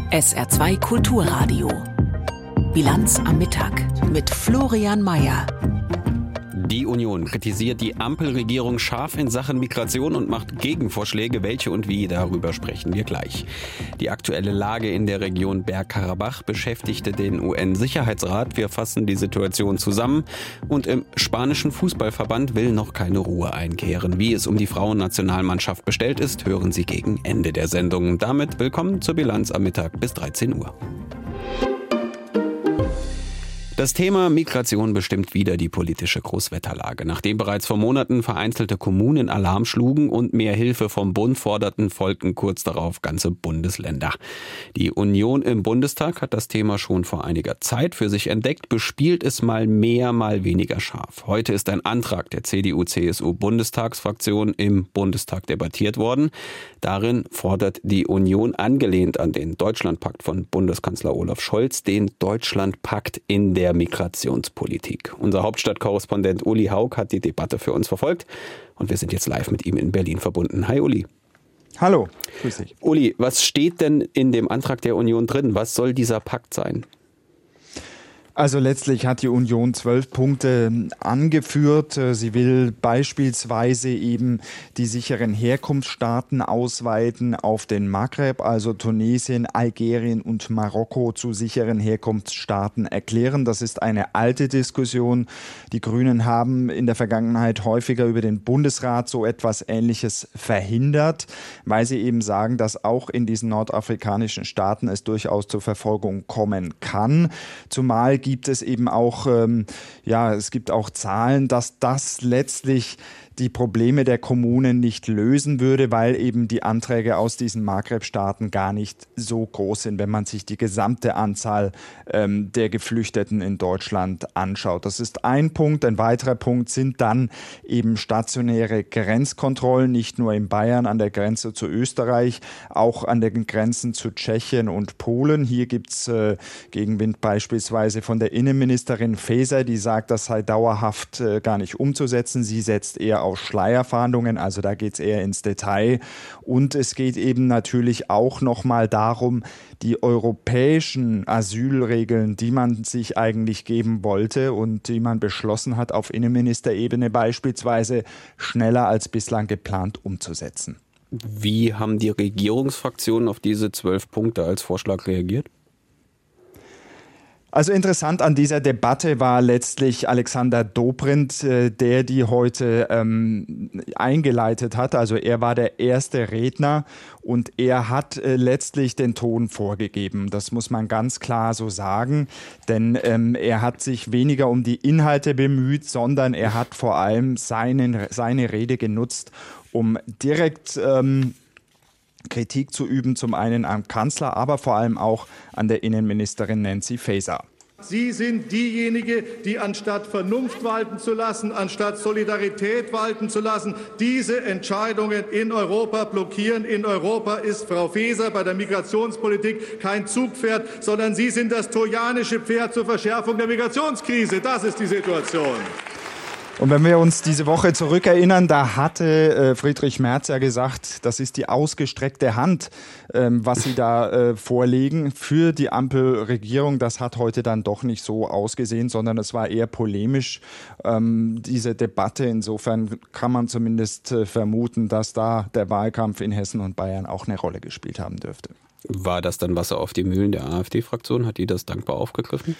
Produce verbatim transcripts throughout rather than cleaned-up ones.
S R zwei Kulturradio. Bilanz am Mittag mit Florian Mayer. Die Union kritisiert die Ampelregierung scharf in Sachen Migration und macht Gegenvorschläge. Welche und wie, darüber sprechen wir gleich. Die aktuelle Lage in der Region Bergkarabach beschäftigte den U N-Sicherheitsrat. Wir fassen die Situation zusammen. Und im spanischen Fußballverband will noch keine Ruhe einkehren. Wie es um die Frauennationalmannschaft bestellt ist, hören Sie gegen Ende der Sendung. Damit willkommen zur Bilanz am Mittag bis dreizehn Uhr. Das Thema Migration bestimmt wieder die politische Großwetterlage. Nachdem bereits vor Monaten vereinzelte Kommunen Alarm schlugen und mehr Hilfe vom Bund forderten, folgten kurz darauf ganze Bundesländer. Die Union im Bundestag hat das Thema schon vor einiger Zeit für sich entdeckt, bespielt es mal mehr, mal weniger scharf. Heute ist ein Antrag der C D U C S U-Bundestagsfraktion im Bundestag debattiert worden. Darin fordert die Union, angelehnt an den Deutschlandpakt von Bundeskanzler Olaf Scholz, den Deutschlandpakt in der Migrationspolitik. Unser Hauptstadtkorrespondent Uli Haug hat die Debatte für uns verfolgt und wir sind jetzt live mit ihm in Berlin verbunden. Hi Uli. Hallo, grüß dich. Uli, was steht denn in dem Antrag der Union drin? Was soll dieser Pakt sein? Also letztlich hat die Union zwölf Punkte angeführt. Sie will beispielsweise eben die sicheren Herkunftsstaaten ausweiten auf den Maghreb, also Tunesien, Algerien und Marokko zu sicheren Herkunftsstaaten erklären. Das ist eine alte Diskussion. Die Grünen haben in der Vergangenheit häufiger über den Bundesrat so etwas Ähnliches verhindert, weil sie eben sagen, dass auch in diesen nordafrikanischen Staaten es durchaus zur Verfolgung kommen kann. Zumal gibt es eben auch, ähm, ja, es gibt auch Zahlen, dass das letztlich die Probleme der Kommunen nicht lösen würde, weil eben die Anträge aus diesen Maghreb-Staaten gar nicht so groß sind, wenn man sich die gesamte Anzahl ähm, der Geflüchteten in Deutschland anschaut. Das ist ein Punkt. Ein weiterer Punkt sind dann eben stationäre Grenzkontrollen, nicht nur in Bayern an der Grenze zu Österreich, auch an den Grenzen zu Tschechien und Polen. Hier gibt es äh, Gegenwind beispielsweise von der Innenministerin Faeser, die sagt, das sei dauerhaft äh, gar nicht umzusetzen. Sie setzt eher auf Schleierfahndungen, also da geht es eher ins Detail. Und es geht eben natürlich auch nochmal darum, die europäischen Asylregeln, die man sich eigentlich geben wollte und die man beschlossen hat, auf Innenministerebene beispielsweise schneller als bislang geplant umzusetzen. Wie haben die Regierungsfraktionen auf diese zwölf Punkte als Vorschlag reagiert? Also interessant an dieser Debatte war letztlich Alexander Dobrindt, der die heute ähm, eingeleitet hat. Also er war der erste Redner und er hat äh, letztlich den Ton vorgegeben. Das muss man ganz klar so sagen, denn ähm, er hat sich weniger um die Inhalte bemüht, sondern er hat vor allem seinen, seine Rede genutzt, um direkt ähm, Kritik zu üben, zum einen am Kanzler, aber vor allem auch an der Innenministerin Nancy Faeser. Sie sind diejenige, die anstatt Vernunft walten zu lassen, anstatt Solidarität walten zu lassen, diese Entscheidungen in Europa blockieren. In Europa ist Frau Faeser bei der Migrationspolitik kein Zugpferd, sondern Sie sind das trojanische Pferd zur Verschärfung der Migrationskrise. Das ist die Situation. Und wenn wir uns diese Woche zurückerinnern, da hatte äh, Friedrich Merz ja gesagt, das ist die ausgestreckte Hand, ähm, was sie da äh, vorlegen für die Ampelregierung. Das hat heute dann doch nicht so ausgesehen, sondern es war eher polemisch, ähm, diese Debatte. Insofern kann man zumindest äh, vermuten, dass da der Wahlkampf in Hessen und Bayern auch eine Rolle gespielt haben dürfte. War das dann Wasser auf die Mühlen der AfD-Fraktion? Hat die das dankbar aufgegriffen?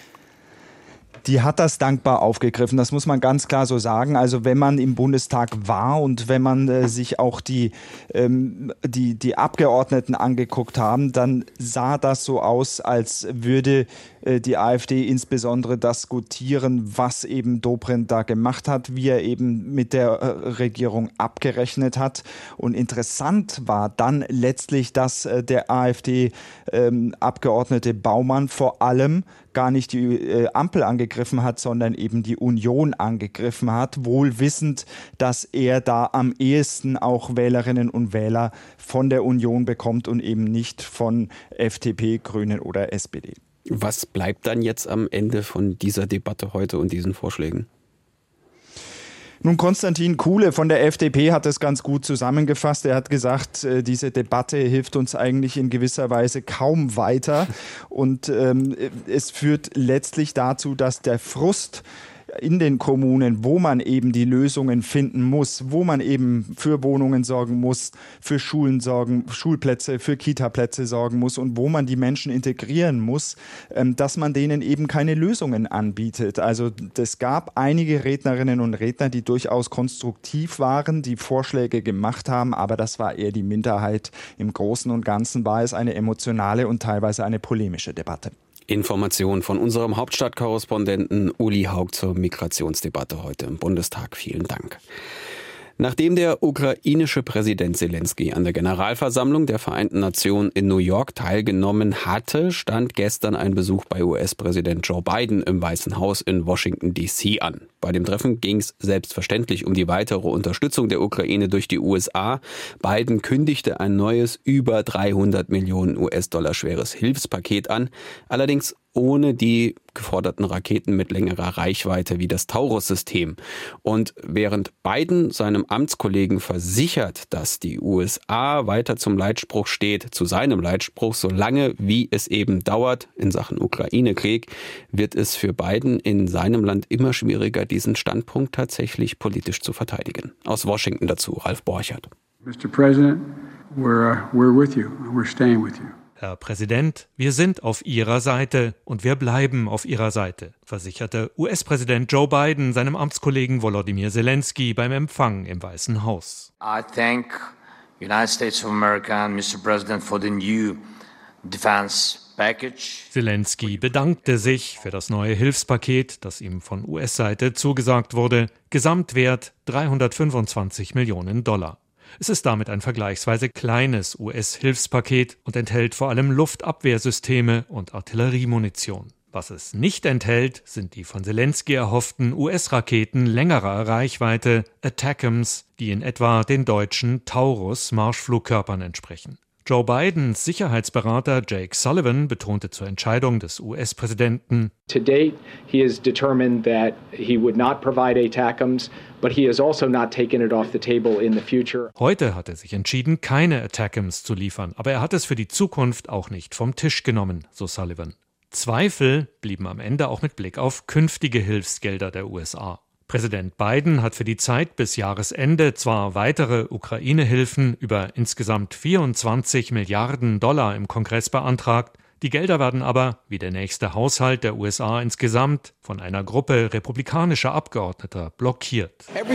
Die hat das dankbar aufgegriffen, das muss man ganz klar so sagen. Also wenn man im Bundestag war und wenn man äh, sich auch die, ähm, die, die Abgeordneten angeguckt haben, dann sah das so aus, als würde äh, die AfD insbesondere das gutieren, was eben Dobrindt da gemacht hat, wie er eben mit der äh, Regierung abgerechnet hat. Und interessant war dann letztlich, dass äh, der AfD-Abgeordnete ähm, Baumann vor allem gar nicht die äh, Ampel angegriffen hat, sondern eben die Union angegriffen hat, wohl wissend, dass er da am ehesten auch Wählerinnen und Wähler von der Union bekommt und eben nicht von F D P, Grünen oder S P D. Was bleibt dann jetzt am Ende von dieser Debatte heute und diesen Vorschlägen? Nun, Konstantin Kuhle von der F D P hat das ganz gut zusammengefasst. Er hat gesagt, diese Debatte hilft uns eigentlich in gewisser Weise kaum weiter. Und ähm, es führt letztlich dazu, dass der Frust in den Kommunen, wo man eben die Lösungen finden muss, wo man eben für Wohnungen sorgen muss, für Schulen sorgen, Schulplätze, für Kitaplätze sorgen muss und wo man die Menschen integrieren muss, dass man denen eben keine Lösungen anbietet. Also es gab einige Rednerinnen und Redner, die durchaus konstruktiv waren, die Vorschläge gemacht haben, aber das war eher die Minderheit. Im Großen und Ganzen war es eine emotionale und teilweise eine polemische Debatte. Information von unserem Hauptstadtkorrespondenten Uli Haug zur Migrationsdebatte heute im Bundestag. Vielen Dank. Nachdem der ukrainische Präsident Selenskyj an der Generalversammlung der Vereinten Nationen in New York teilgenommen hatte, stand gestern ein Besuch bei U S-Präsident Joe Biden im Weißen Haus in Washington D C an. Bei dem Treffen ging es selbstverständlich um die weitere Unterstützung der Ukraine durch die U S A. Biden kündigte ein neues, über dreihundert Millionen US-Dollar schweres Hilfspaket an, allerdings ohne die geforderten Raketen mit längerer Reichweite wie das Taurus-System. Und während Biden seinem Amtskollegen versichert, dass die U S A weiter zum Leitspruch steht, zu seinem Leitspruch, solange wie es eben dauert in Sachen Ukraine-Krieg, wird es für Biden in seinem Land immer schwieriger, diesen Standpunkt tatsächlich politisch zu verteidigen. Aus Washington dazu Ralf Borchert. Mister President, we're, uh, we're with you. We're staying with you. Herr Präsident, wir sind auf Ihrer Seite und wir bleiben auf Ihrer Seite, versicherte U S-Präsident Joe Biden seinem Amtskollegen Volodymyr Selenskyj beim Empfang im Weißen Haus. I thank United States of America and Mister President for the new defense package. Selenskyj bedankte sich für das neue Hilfspaket, das ihm von U S-Seite zugesagt wurde, Gesamtwert dreihundertfünfundzwanzig Millionen Dollar. Es ist damit ein vergleichsweise kleines U S-Hilfspaket und enthält vor allem Luftabwehrsysteme und Artilleriemunition. Was es nicht enthält, sind die von Selenskyj erhofften U S-Raketen längerer Reichweite, ATACMS, die in etwa den deutschen Taurus-Marschflugkörpern entsprechen. Joe Bidens Sicherheitsberater Jake Sullivan betonte zur Entscheidung des U S-Präsidenten: To date, he has determined that he would not provide ATACMS, but he has also not taken it off the table in the future. Heute hat er sich entschieden, keine ATACMS zu liefern, aber er hat es für die Zukunft auch nicht vom Tisch genommen, so Sullivan. Zweifel blieben am Ende auch mit Blick auf künftige Hilfsgelder der U S A. Präsident Biden hat für die Zeit bis Jahresende zwar weitere Ukraine-Hilfen über insgesamt vierundzwanzig Milliarden Dollar im Kongress beantragt, die Gelder werden aber, wie der nächste Haushalt der U S A insgesamt, von einer Gruppe republikanischer Abgeordneter blockiert.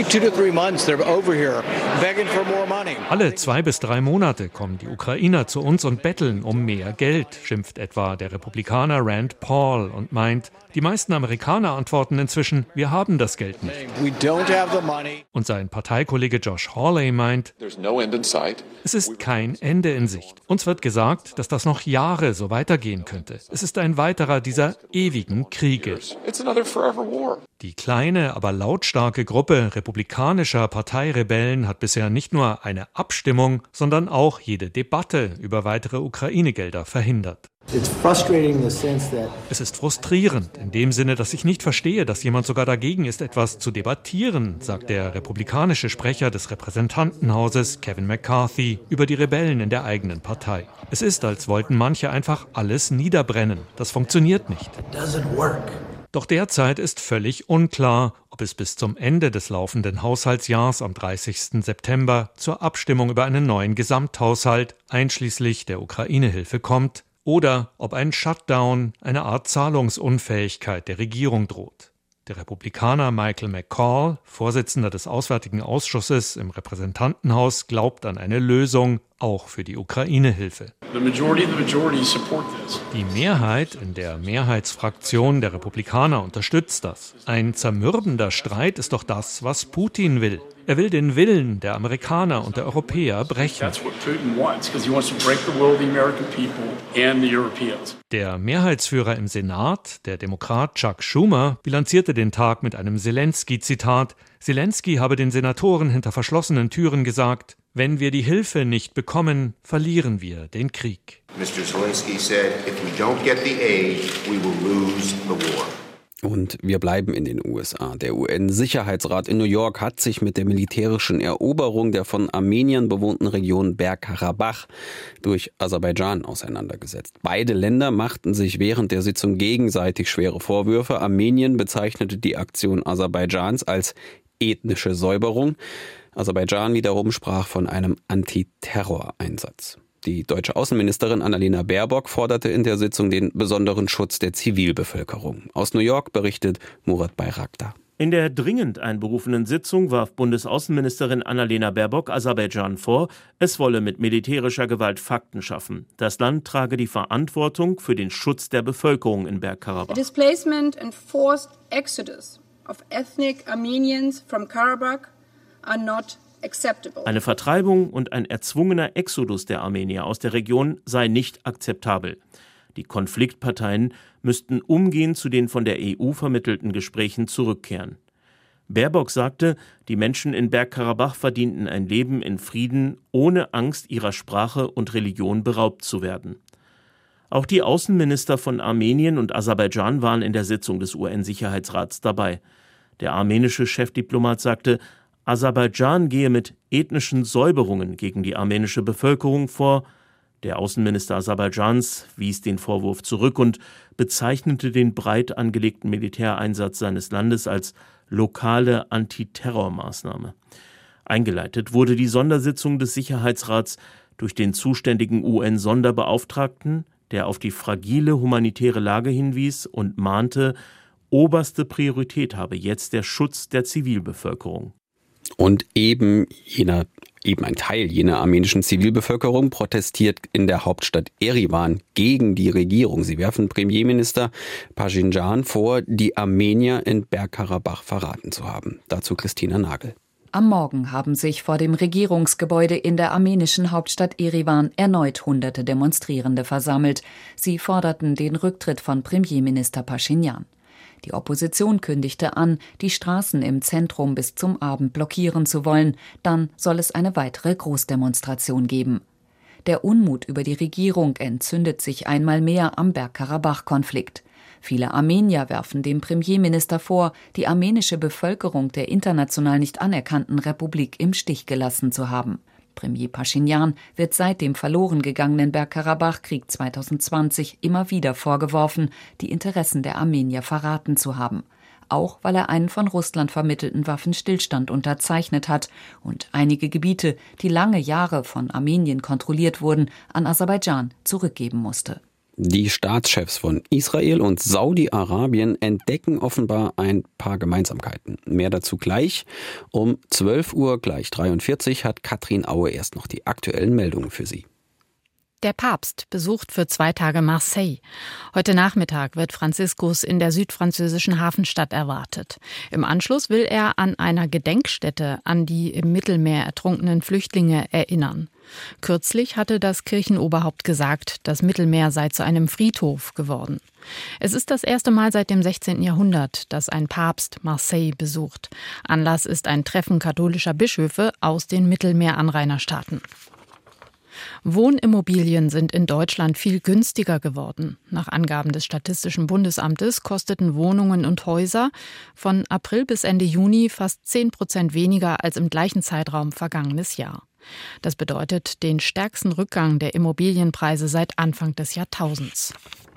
Alle zwei bis drei Monate kommen die Ukrainer zu uns und betteln um mehr Geld, schimpft etwa der Republikaner Rand Paul und meint, die meisten Amerikaner antworten inzwischen, wir haben das Geld nicht. Und sein Parteikollege Josh Hawley meint, es ist kein Ende in Sicht. Uns wird gesagt, dass das noch Jahre so weitergehen könnte. Es ist ein weiterer dieser ewigen Kriege. Die kleine, aber lautstarke Gruppe republikanischer Parteirebellen hat bisher nicht nur eine Abstimmung, sondern auch jede Debatte über weitere Ukraine-Gelder verhindert. Es ist frustrierend, in dem Sinne, dass ich nicht verstehe, dass jemand sogar dagegen ist, etwas zu debattieren, sagt der republikanische Sprecher des Repräsentantenhauses Kevin McCarthy über die Rebellen in der eigenen Partei. Es ist, als wollten manche einfach alles niederbrennen. Das funktioniert nicht. Doch derzeit ist völlig unklar, ob es bis zum Ende des laufenden Haushaltsjahrs am dreißigsten September zur Abstimmung über einen neuen Gesamthaushalt einschließlich der Ukraine-Hilfe kommt, oder ob ein Shutdown, eine Art Zahlungsunfähigkeit der Regierung droht. Der Republikaner Michael McCaul, Vorsitzender des Auswärtigen Ausschusses im Repräsentantenhaus, glaubt an eine Lösung, auch für die Ukraine-Hilfe. Die Mehrheit in der Mehrheitsfraktion der Republikaner unterstützt das. Ein zermürbender Streit ist doch das, was Putin will. Er will den Willen der Amerikaner und der Europäer brechen. Der Mehrheitsführer im Senat, der Demokrat Chuck Schumer, bilanzierte den Tag mit einem Selenskyj-Zitat. Selenskyj habe den Senatoren hinter verschlossenen Türen gesagt, wenn wir die Hilfe nicht bekommen, verlieren wir den Krieg. Mister Zelensky said, if we don't get the aid, we will lose the war. Und wir bleiben in den U S A. Der U N-Sicherheitsrat in New York hat sich mit der militärischen Eroberung der von Armeniern bewohnten Region Bergkarabach durch Aserbaidschan auseinandergesetzt. Beide Länder machten sich während der Sitzung gegenseitig schwere Vorwürfe. Armenien bezeichnete die Aktion Aserbaidschans als ethnische Säuberung. Aserbaidschan wiederum sprach von einem Antiterroreinsatz. Die deutsche Außenministerin Annalena Baerbock forderte in der Sitzung den besonderen Schutz der Zivilbevölkerung. Aus New York berichtet Murat Bayraktar. In der dringend einberufenen Sitzung warf Bundesaußenministerin Annalena Baerbock Aserbaidschan vor, es wolle mit militärischer Gewalt Fakten schaffen. Das Land trage die Verantwortung für den Schutz der Bevölkerung in Bergkarabach. The displacement and forced exodus of ethnic Armenians from Karabakh are not acceptable. Eine Vertreibung und ein erzwungener Exodus der Armenier aus der Region sei nicht akzeptabel. Die Konfliktparteien müssten umgehend zu den von der E U vermittelten Gesprächen zurückkehren. Baerbock sagte, die Menschen in Bergkarabach verdienten ein Leben in Frieden, ohne Angst, ihrer Sprache und Religion beraubt zu werden. Auch die Außenminister von Armenien und Aserbaidschan waren in der Sitzung des U N-Sicherheitsrats dabei. Der armenische Chefdiplomat sagte, Aserbaidschan gehe mit ethnischen Säuberungen gegen die armenische Bevölkerung vor. Der Außenminister Aserbaidschans wies den Vorwurf zurück und bezeichnete den breit angelegten Militäreinsatz seines Landes als lokale Antiterrormaßnahme. Eingeleitet wurde die Sondersitzung des Sicherheitsrats durch den zuständigen U N-Sonderbeauftragten, der auf die fragile humanitäre Lage hinwies und mahnte, oberste Priorität habe jetzt der Schutz der Zivilbevölkerung. Und eben jener, eben ein Teil jener armenischen Zivilbevölkerung protestiert in der Hauptstadt Erivan gegen die Regierung. Sie werfen Premierminister Pashinjan vor, die Armenier in Bergkarabach verraten zu haben. Dazu Christina Nagel. Am Morgen haben sich vor dem Regierungsgebäude in der armenischen Hauptstadt Erivan erneut hunderte Demonstrierende versammelt. Sie forderten den Rücktritt von Premierminister Pashinjan. Die Opposition kündigte an, die Straßen im Zentrum bis zum Abend blockieren zu wollen. Dann soll es eine weitere Großdemonstration geben. Der Unmut über die Regierung entzündet sich einmal mehr am Bergkarabach-Konflikt. Viele Armenier werfen dem Premierminister vor, die armenische Bevölkerung der international nicht anerkannten Republik im Stich gelassen zu haben. Premier Pashinjan wird seit dem verloren gegangenen Bergkarabach-Krieg zweitausendzwanzig immer wieder vorgeworfen, die Interessen der Armenier verraten zu haben. Auch weil er einen von Russland vermittelten Waffenstillstand unterzeichnet hat und einige Gebiete, die lange Jahre von Armenien kontrolliert wurden, an Aserbaidschan zurückgeben musste. Die Staatschefs von Israel und Saudi-Arabien entdecken offenbar ein paar Gemeinsamkeiten. Mehr dazu gleich. Um zwölf Uhr gleich dreiundvierzig hat Katrin Aue erst noch die aktuellen Meldungen für Sie. Der Papst besucht für zwei Tage Marseille. Heute Nachmittag wird Franziskus in der südfranzösischen Hafenstadt erwartet. Im Anschluss will er an einer Gedenkstätte an die im Mittelmeer ertrunkenen Flüchtlinge erinnern. Kürzlich hatte das Kirchenoberhaupt gesagt, das Mittelmeer sei zu einem Friedhof geworden. Es ist das erste Mal seit dem sechzehnten Jahrhundert, dass ein Papst Marseille besucht. Anlass ist ein Treffen katholischer Bischöfe aus den Mittelmeeranrainerstaaten. Wohnimmobilien sind in Deutschland viel günstiger geworden. Nach Angaben des Statistischen Bundesamtes kosteten Wohnungen und Häuser von April bis Ende Juni fast zehn Prozent weniger als im gleichen Zeitraum vergangenes Jahr. Das bedeutet den stärksten Rückgang der Immobilienpreise seit Anfang des Jahrtausends.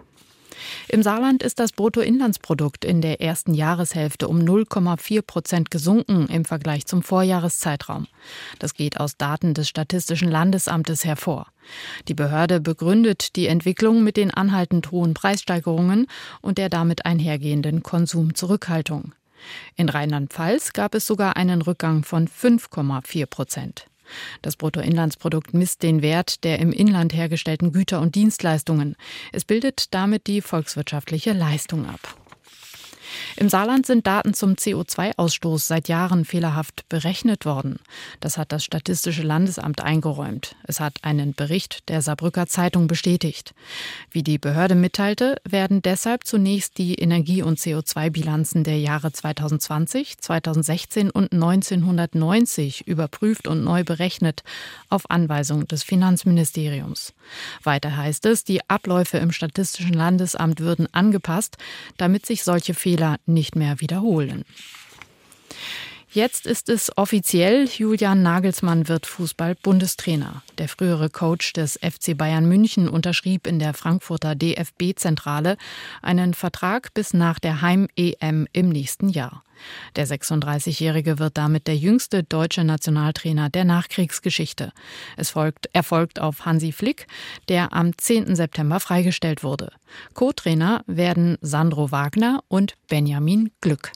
Im Saarland ist das Bruttoinlandsprodukt in der ersten Jahreshälfte um null Komma vier Prozent gesunken im Vergleich zum Vorjahreszeitraum. Das geht aus Daten des Statistischen Landesamtes hervor. Die Behörde begründet die Entwicklung mit den anhaltend hohen Preissteigerungen und der damit einhergehenden Konsumzurückhaltung. In Rheinland-Pfalz gab es sogar einen Rückgang von fünf Komma vier Prozent. Das Bruttoinlandsprodukt misst den Wert der im Inland hergestellten Güter und Dienstleistungen. Es bildet damit die volkswirtschaftliche Leistung ab. Im Saarland sind Daten zum C O zwei Ausstoß seit Jahren fehlerhaft berechnet worden. Das hat das Statistische Landesamt eingeräumt. Es hat einen Bericht der Saarbrücker Zeitung bestätigt. Wie die Behörde mitteilte, werden deshalb zunächst die Energie- und C O zwei Bilanzen der Jahre zweitausendzwanzig, zweitausendsechzehn und neunzehnhundertneunzig überprüft und neu berechnet, auf Anweisung des Finanzministeriums. Weiter heißt es, die Abläufe im Statistischen Landesamt würden angepasst, damit sich solche Fehler nicht mehr wiederholen. Jetzt ist es offiziell, Julian Nagelsmann wird Fußball-Bundestrainer. Der frühere Coach des F C Bayern München unterschrieb in der Frankfurter D F B-Zentrale einen Vertrag bis nach der Heim-E M im nächsten Jahr. Der sechsunddreißigjährige wird damit der jüngste deutsche Nationaltrainer der Nachkriegsgeschichte. Es folgt, er folgt auf Hansi Flick, der am zehnten September freigestellt wurde. Co-Trainer werden Sandro Wagner und Benjamin Glück.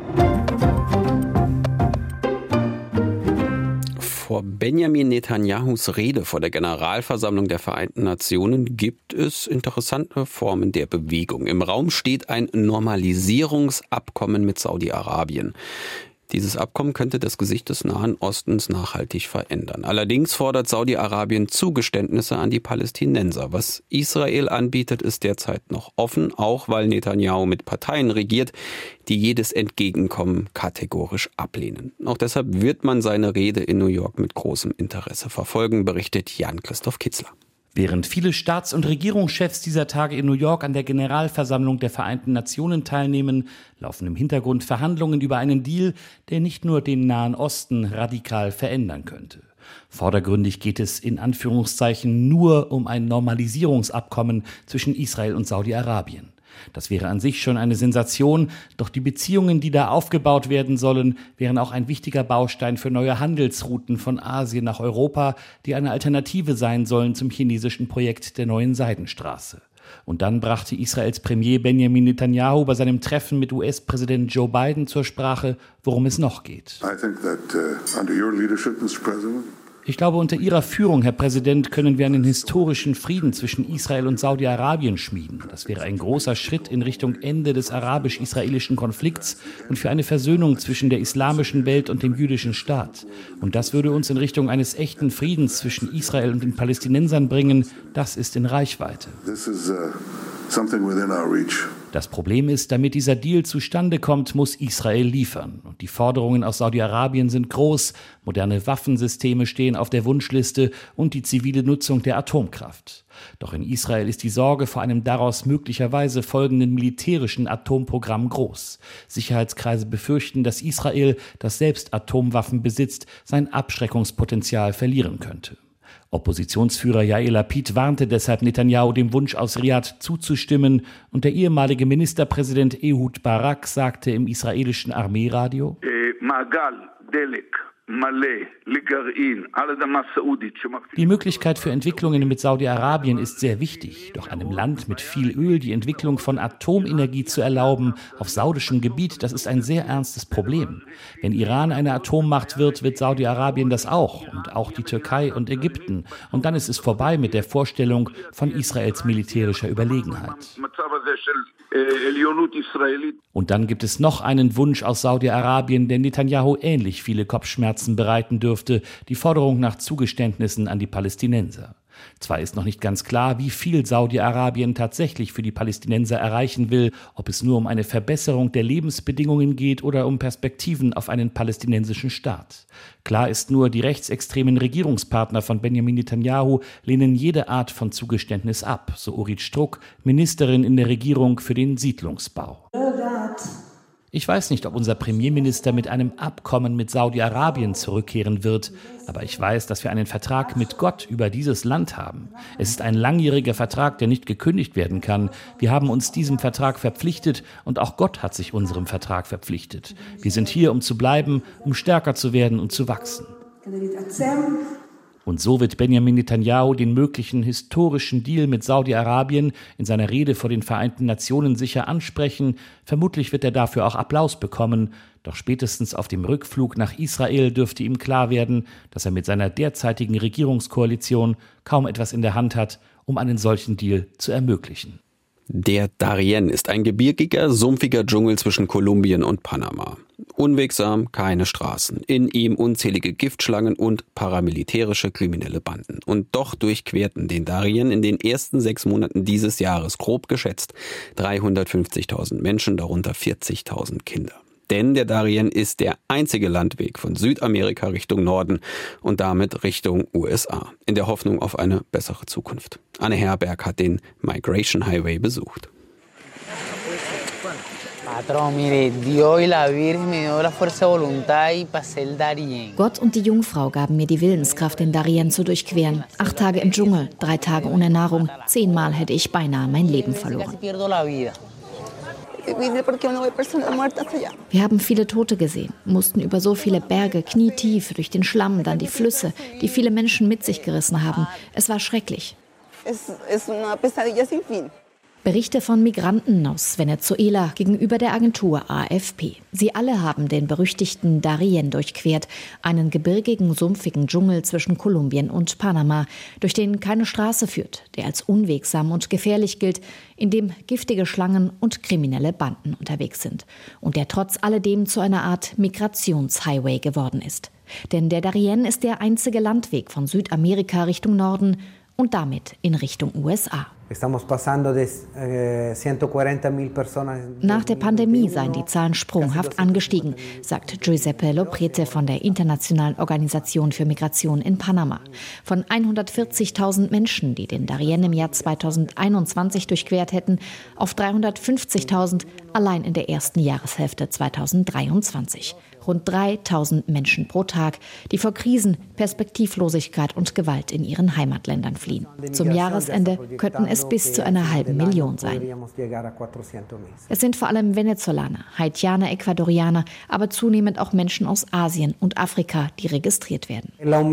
Vor Benjamin Netanyahus Rede vor der Generalversammlung der Vereinten Nationen gibt es interessante Formen der Bewegung. Im Raum steht ein Normalisierungsabkommen mit Saudi-Arabien. Dieses Abkommen könnte das Gesicht des Nahen Ostens nachhaltig verändern. Allerdings fordert Saudi-Arabien Zugeständnisse an die Palästinenser. Was Israel anbietet, ist derzeit noch offen, auch weil Netanyahu mit Parteien regiert, die jedes Entgegenkommen kategorisch ablehnen. Auch deshalb wird man seine Rede in New York mit großem Interesse verfolgen, berichtet Jan-Christoph Kitzler. Während viele Staats- und Regierungschefs dieser Tage in New York an der Generalversammlung der Vereinten Nationen teilnehmen, laufen im Hintergrund Verhandlungen über einen Deal, der nicht nur den Nahen Osten radikal verändern könnte. Vordergründig geht es in Anführungszeichen nur um ein Normalisierungsabkommen zwischen Israel und Saudi-Arabien. Das wäre an sich schon eine Sensation, doch die Beziehungen, die da aufgebaut werden sollen, wären auch ein wichtiger Baustein für neue Handelsrouten von Asien nach Europa, die eine Alternative sein sollen zum chinesischen Projekt der neuen Seidenstraße. Und dann brachte Israels Premier Benjamin Netanyahu bei seinem Treffen mit U S-Präsident Joe Biden zur Sprache, worum es noch geht. I think that, uh, under your leadership, Mister President, Ich glaube, unter Ihrer Führung, Herr Präsident, können wir einen historischen Frieden zwischen Israel und Saudi-Arabien schmieden. Das wäre ein großer Schritt in Richtung Ende des arabisch-israelischen Konflikts und für eine Versöhnung zwischen der islamischen Welt und dem jüdischen Staat. Und das würde uns in Richtung eines echten Friedens zwischen Israel und den Palästinensern bringen. Das ist in Reichweite. this is uh, something within our reach. Das Problem ist, damit dieser Deal zustande kommt, muss Israel liefern. Und die Forderungen aus Saudi-Arabien sind groß. Moderne Waffensysteme stehen auf der Wunschliste und die zivile Nutzung der Atomkraft. Doch in Israel ist die Sorge vor einem daraus möglicherweise folgenden militärischen Atomprogramm groß. Sicherheitskreise befürchten, dass Israel, das selbst Atomwaffen besitzt, sein Abschreckungspotenzial verlieren könnte. Oppositionsführer Yair Lapid warnte deshalb Netanyahu, dem Wunsch aus Riad zuzustimmen, und der ehemalige Ministerpräsident Ehud Barak sagte im israelischen Armeeradio: Die Möglichkeit für Entwicklungen mit Saudi-Arabien ist sehr wichtig. Doch einem Land mit viel Öl die Entwicklung von Atomenergie zu erlauben auf saudischem Gebiet, das ist ein sehr ernstes Problem. Wenn Iran eine Atommacht wird, wird Saudi-Arabien das auch und auch die Türkei und Ägypten. Und dann ist es vorbei mit der Vorstellung von Israels militärischer Überlegenheit. Und dann gibt es noch einen Wunsch aus Saudi-Arabien, der Netanyahu ähnlich viele Kopfschmerzen bereiten dürfte, die Forderung nach Zugeständnissen an die Palästinenser. Zwar ist noch nicht ganz klar, wie viel Saudi-Arabien tatsächlich für die Palästinenser erreichen will, ob es nur um eine Verbesserung der Lebensbedingungen geht oder um Perspektiven auf einen palästinensischen Staat. Klar ist nur, die rechtsextremen Regierungspartner von Benjamin Netanyahu lehnen jede Art von Zugeständnis ab, so Orit Struk, Ministerin in der Regierung für den Siedlungsbau. Ich weiß nicht, ob unser Premierminister mit einem Abkommen mit Saudi-Arabien zurückkehren wird, aber ich weiß, dass wir einen Vertrag mit Gott über dieses Land haben. Es ist ein langjähriger Vertrag, der nicht gekündigt werden kann. Wir haben uns diesem Vertrag verpflichtet und auch Gott hat sich unserem Vertrag verpflichtet. Wir sind hier, um zu bleiben, um stärker zu werden und zu wachsen. Und so wird Benjamin Netanyahu den möglichen historischen Deal mit Saudi-Arabien in seiner Rede vor den Vereinten Nationen sicher ansprechen. Vermutlich wird er dafür auch Applaus bekommen. Doch spätestens auf dem Rückflug nach Israel dürfte ihm klar werden, dass er mit seiner derzeitigen Regierungskoalition kaum etwas in der Hand hat, um einen solchen Deal zu ermöglichen. Der Darién ist ein gebirgiger, sumpfiger Dschungel zwischen Kolumbien und Panama. Unwegsam, keine Straßen, in ihm unzählige Giftschlangen und paramilitärische kriminelle Banden. Und doch durchquerten den Darién in den ersten sechs Monaten dieses Jahres grob geschätzt dreihundertfünfzigtausend Menschen, darunter vierzigtausend Kinder. Denn der Darién ist der einzige Landweg von Südamerika Richtung Norden und damit Richtung U S A, in der Hoffnung auf eine bessere Zukunft. Anne Herberg hat den Migration Highway besucht. Gott und die Jungfrau gaben mir die Willenskraft, den Darién zu durchqueren. Acht Tage im Dschungel, drei Tage ohne Nahrung. Zehnmal hätte ich beinahe mein Leben verloren. Wir haben viele Tote gesehen, mussten über so viele Berge knietief durch den Schlamm, dann die Flüsse, die viele Menschen mit sich gerissen haben. Es war schrecklich. Berichte von Migranten aus Venezuela gegenüber der Agentur A F P. Sie alle haben den berüchtigten Darién durchquert, einen gebirgigen, sumpfigen Dschungel zwischen Kolumbien und Panama, durch den keine Straße führt, der als unwegsam und gefährlich gilt, in dem giftige Schlangen und kriminelle Banden unterwegs sind und der trotz alledem zu einer Art Migrationshighway geworden ist. Denn der Darién ist der einzige Landweg von Südamerika Richtung Norden und damit in Richtung U S A. Nach der Pandemie seien die Zahlen sprunghaft angestiegen, sagt Giuseppe Loprete von der Internationalen Organisation für Migration in Panama. Von hundertvierzigtausend Menschen, die den Darién im Jahr zweitausendeinundzwanzig durchquert hätten, auf dreihundertfünfzigtausend allein in der ersten Jahreshälfte zweitausenddreiundzwanzig. Rund dreitausend Menschen pro Tag, die vor Krisen, Perspektivlosigkeit und Gewalt in ihren Heimatländern fliehen. Zum Jahresende könnten es bis zu einer halben Million sein. Es sind vor allem Venezolaner, Haitianer, Ecuadorianer, aber zunehmend auch Menschen aus Asien und Afrika, die registriert werden.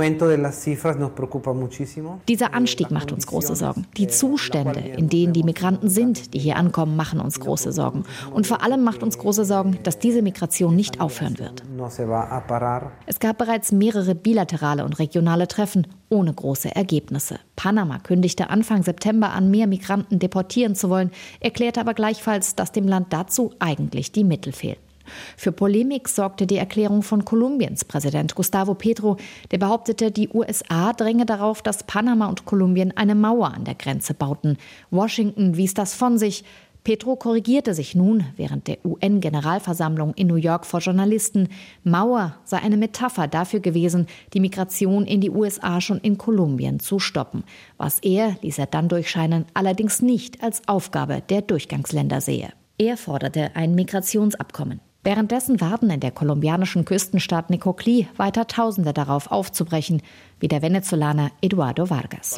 Dieser Anstieg macht uns große Sorgen. Die Zustände, in denen die Migranten sind, die hier ankommen, machen uns große Sorgen. Und vor allem macht uns große Sorgen, dass diese Migration nicht aufhören wird. Es gab bereits mehrere bilaterale und regionale Treffen ohne große Ergebnisse. Panama kündigte Anfang September an, mehr Migranten deportieren zu wollen, erklärte aber gleichfalls, dass dem Land dazu eigentlich die Mittel fehlen. Für Polemik sorgte die Erklärung von Kolumbiens Präsident Gustavo Petro, der behauptete, die U S A dränge darauf, dass Panama und Kolumbien eine Mauer an der Grenze bauten. Washington wies das von sich. Petro korrigierte sich nun während der U N-Generalversammlung in New York vor Journalisten. Mauer sei eine Metapher dafür gewesen, die Migration in die U S A schon in Kolumbien zu stoppen. Was er, ließ er dann durchscheinen, allerdings nicht als Aufgabe der Durchgangsländer sehe. Er forderte ein Migrationsabkommen. Währenddessen warten in der kolumbianischen Küstenstadt Necoclí weiter Tausende darauf aufzubrechen, wie der Venezolaner Eduardo Vargas.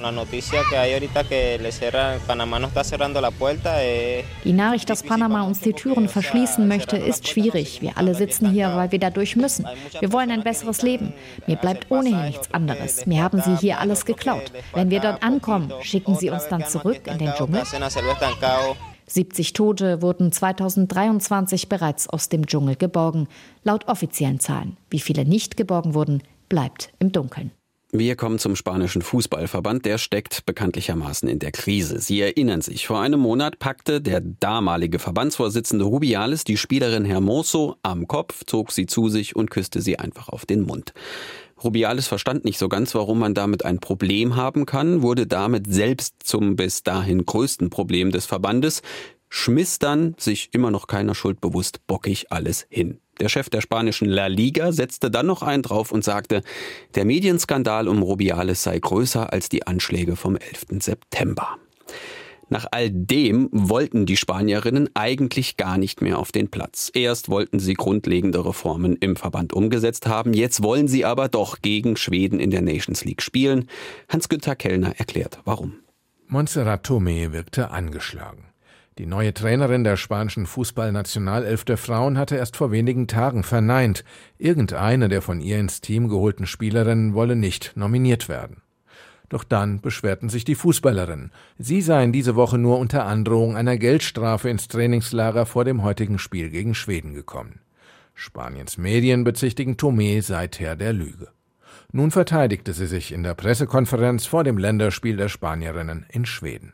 Die Nachricht, dass Panama uns die Türen verschließen möchte, ist schwierig. Wir alle sitzen hier, weil wir dadurch müssen. Wir wollen ein besseres Leben. Mir bleibt ohnehin nichts anderes. Mir haben sie hier alles geklaut. Wenn wir dort ankommen, schicken sie uns dann zurück in den Dschungel? siebzig Tote wurden zweitausenddreiundzwanzig bereits aus dem Dschungel geborgen, laut offiziellen Zahlen. Wie viele nicht geborgen wurden, bleibt im Dunkeln. Wir kommen zum spanischen Fußballverband, der steckt bekanntlichermaßen in der Krise. Sie erinnern sich, vor einem Monat packte der damalige Verbandsvorsitzende Rubiales die Spielerin Hermoso am Kopf, zog sie zu sich und küsste sie einfach auf den Mund. Rubiales verstand nicht so ganz, warum man damit ein Problem haben kann, wurde damit selbst zum bis dahin größten Problem des Verbandes, schmiss dann, sich immer noch keiner Schuld bewusst, bockig alles hin. Der Chef der spanischen La Liga setzte dann noch einen drauf und sagte, der Medienskandal um Rubiales sei größer als die Anschläge vom elften September. Nach all dem wollten die Spanierinnen eigentlich gar nicht mehr auf den Platz. Erst wollten sie grundlegende Reformen im Verband umgesetzt haben, jetzt wollen sie aber doch gegen Schweden in der Nations League spielen. Hans-Günther Kellner erklärt, warum. Montserrat Tomé wirkte angeschlagen. Die neue Trainerin der spanischen Fußballnationalelf der Frauen hatte erst vor wenigen Tagen verneint, irgendeine der von ihr ins Team geholten Spielerinnen wolle nicht nominiert werden. Doch dann beschwerten sich die Fußballerinnen. Sie seien diese Woche nur unter Androhung einer Geldstrafe ins Trainingslager vor dem heutigen Spiel gegen Schweden gekommen. Spaniens Medien bezichtigen Tomé seither der Lüge. Nun verteidigte sie sich in der Pressekonferenz vor dem Länderspiel der Spanierinnen in Schweden.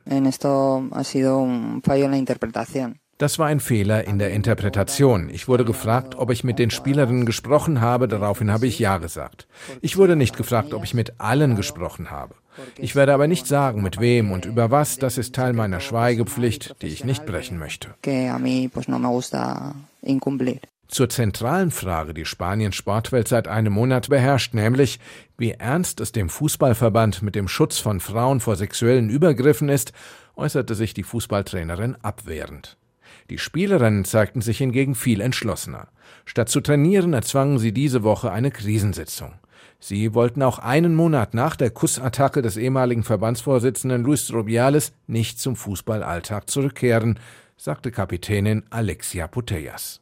Das war ein Fehler in der Interpretation. Ich wurde gefragt, ob ich mit den Spielerinnen gesprochen habe, daraufhin habe ich ja gesagt. Ich wurde nicht gefragt, ob ich mit allen gesprochen habe. Ich werde aber nicht sagen, mit wem und über was, das ist Teil meiner Schweigepflicht, die ich nicht brechen möchte. Zur zentralen Frage, die Spaniens Sportwelt seit einem Monat beherrscht, nämlich wie ernst es dem Fußballverband mit dem Schutz von Frauen vor sexuellen Übergriffen ist, äußerte sich die Fußballtrainerin abwehrend. Die Spielerinnen zeigten sich hingegen viel entschlossener. Statt zu trainieren, erzwangen sie diese Woche eine Krisensitzung. Sie wollten auch einen Monat nach der Kussattacke des ehemaligen Verbandsvorsitzenden Luis Rubiales nicht zum Fußballalltag zurückkehren, sagte Kapitänin Alexia Putellas.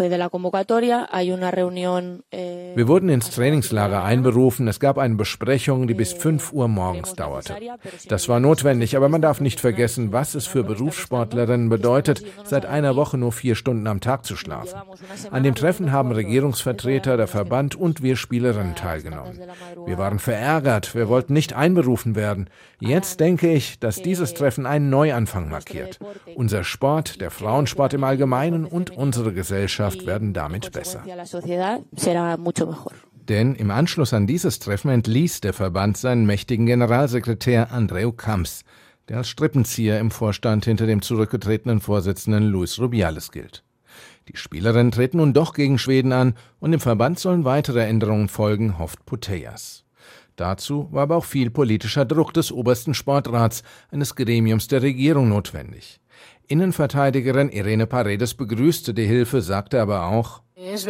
Wir wurden ins Trainingslager einberufen. Es gab eine Besprechung, die bis fünf Uhr morgens dauerte. Das war notwendig, aber man darf nicht vergessen, was es für Berufssportlerinnen bedeutet, seit einer Woche nur vier Stunden am Tag zu schlafen. An dem Treffen haben Regierungsvertreter, der Verband und wir Spielerinnen teilgenommen. Wir waren verärgert, wir wollten nicht einberufen werden. Jetzt denke ich, dass dieses Treffen einen Neuanfang markiert. Unser Sport, der Frauensport im Allgemeinen und unsere Gesellschaft werden damit besser. Denn im Anschluss an dieses Treffen entließ der Verband seinen mächtigen Generalsekretär Andreu Camps, der als Strippenzieher im Vorstand hinter dem zurückgetretenen Vorsitzenden Luis Rubiales gilt. Die Spielerinnen treten nun doch gegen Schweden an und im Verband sollen weitere Änderungen folgen, hofft Putellas. Dazu war aber auch viel politischer Druck des obersten Sportrats, eines Gremiums der Regierung, notwendig. Innenverteidigerin Irene Paredes begrüßte die Hilfe, sagte aber auch: Es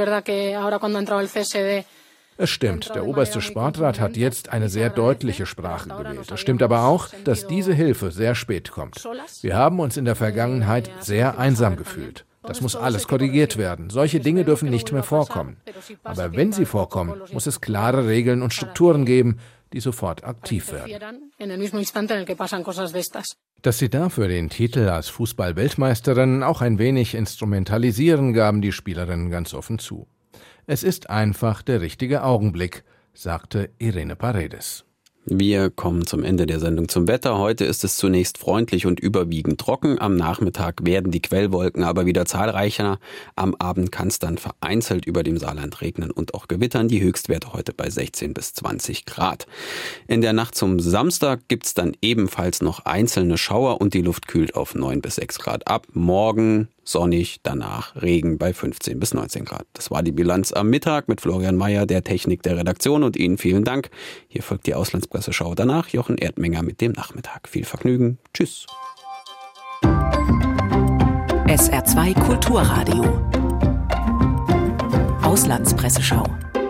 stimmt, der oberste Sportrat hat jetzt eine sehr deutliche Sprache gewählt. Es stimmt aber auch, dass diese Hilfe sehr spät kommt. Wir haben uns in der Vergangenheit sehr einsam gefühlt. Das muss alles korrigiert werden. Solche Dinge dürfen nicht mehr vorkommen. Aber wenn sie vorkommen, muss es klare Regeln und Strukturen geben, die sofort aktiv werden. Dass sie dafür den Titel als Fußball-Weltmeisterin auch ein wenig instrumentalisieren, gaben die Spielerinnen ganz offen zu. Es ist einfach der richtige Augenblick, sagte Irene Paredes. Wir kommen zum Ende der Sendung zum Wetter. Heute ist es zunächst freundlich und überwiegend trocken. Am Nachmittag werden die Quellwolken aber wieder zahlreicher. Am Abend kann es dann vereinzelt über dem Saarland regnen und auch gewittern. Die Höchstwerte heute bei sechzehn bis zwanzig Grad. In der Nacht zum Samstag gibt's dann ebenfalls noch einzelne Schauer und die Luft kühlt auf neun bis sechs Grad ab. Morgen sonnig, danach Regen bei fünfzehn bis neunzehn Grad. Das war die Bilanz am Mittag mit Florian Mayer, der Technik der Redaktion, und Ihnen vielen Dank. Hier folgt die Auslandspresseschau. Danach Jochen Erdmenger mit dem Nachmittag. Viel Vergnügen. Tschüss. S R zwei Kulturradio. Auslandspresseschau.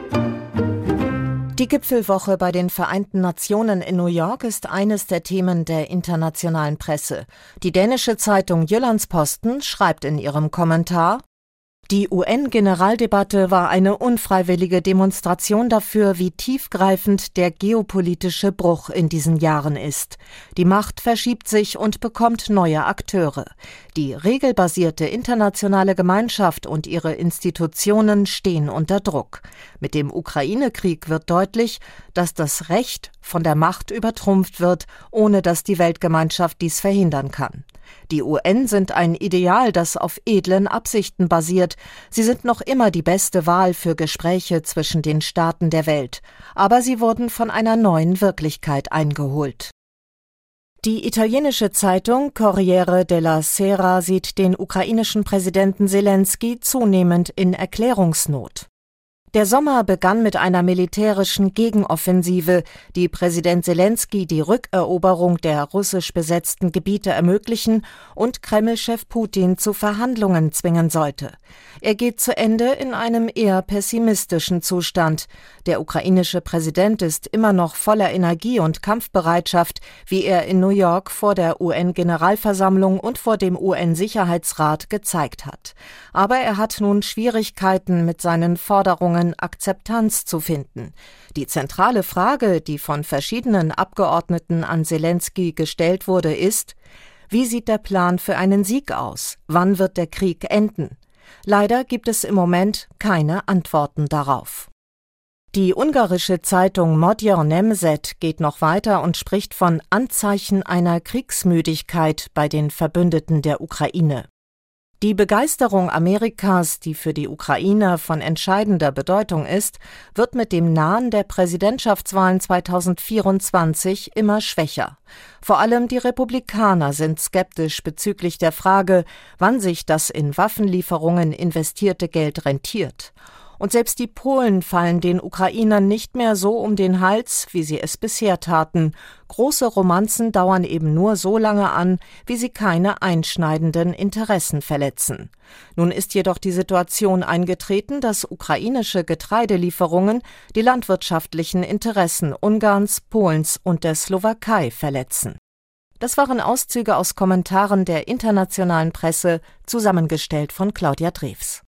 Die Gipfelwoche bei den Vereinten Nationen in New York ist eines der Themen der internationalen Presse. Die dänische Zeitung Jyllands-Posten schreibt in ihrem Kommentar: Die U N-Generaldebatte war eine unfreiwillige Demonstration dafür, wie tiefgreifend der geopolitische Bruch in diesen Jahren ist. Die Macht verschiebt sich und bekommt neue Akteure. Die regelbasierte internationale Gemeinschaft und ihre Institutionen stehen unter Druck. Mit dem Ukraine-Krieg wird deutlich, dass das Recht von der Macht übertrumpft wird, ohne dass die Weltgemeinschaft dies verhindern kann. Die U N sind ein Ideal, das auf edlen Absichten basiert. Sie sind noch immer die beste Wahl für Gespräche zwischen den Staaten der Welt. Aber sie wurden von einer neuen Wirklichkeit eingeholt. Die italienische Zeitung Corriere della Sera sieht den ukrainischen Präsidenten Selenskyj zunehmend in Erklärungsnot. Der Sommer begann mit einer militärischen Gegenoffensive, die Präsident Selenskyj die Rückeroberung der russisch besetzten Gebiete ermöglichen und Kreml-Chef Putin zu Verhandlungen zwingen sollte. Er geht zu Ende in einem eher pessimistischen Zustand. Der ukrainische Präsident ist immer noch voller Energie und Kampfbereitschaft, wie er in New York vor der U N-Generalversammlung und vor dem U N-Sicherheitsrat gezeigt hat. Aber er hat nun Schwierigkeiten mit seinen Forderungen, Akzeptanz zu finden. Die zentrale Frage, die von verschiedenen Abgeordneten an Selenskyj gestellt wurde, ist: Wie sieht der Plan für einen Sieg aus? Wann wird der Krieg enden? Leider gibt es im Moment keine Antworten darauf. Die ungarische Zeitung Magyar Nemzet geht noch weiter und spricht von Anzeichen einer Kriegsmüdigkeit bei den Verbündeten der Ukraine. Die Begeisterung Amerikas, die für die Ukrainer von entscheidender Bedeutung ist, wird mit dem Nahen der Präsidentschaftswahlen zweitausendvierundzwanzig immer schwächer. Vor allem die Republikaner sind skeptisch bezüglich der Frage, wann sich das in Waffenlieferungen investierte Geld rentiert. Und selbst die Polen fallen den Ukrainern nicht mehr so um den Hals, wie sie es bisher taten. Große Romanzen dauern eben nur so lange an, wie sie keine einschneidenden Interessen verletzen. Nun ist jedoch die Situation eingetreten, dass ukrainische Getreidelieferungen die landwirtschaftlichen Interessen Ungarns, Polens und der Slowakei verletzen. Das waren Auszüge aus Kommentaren der internationalen Presse, zusammengestellt von Claudia Drews.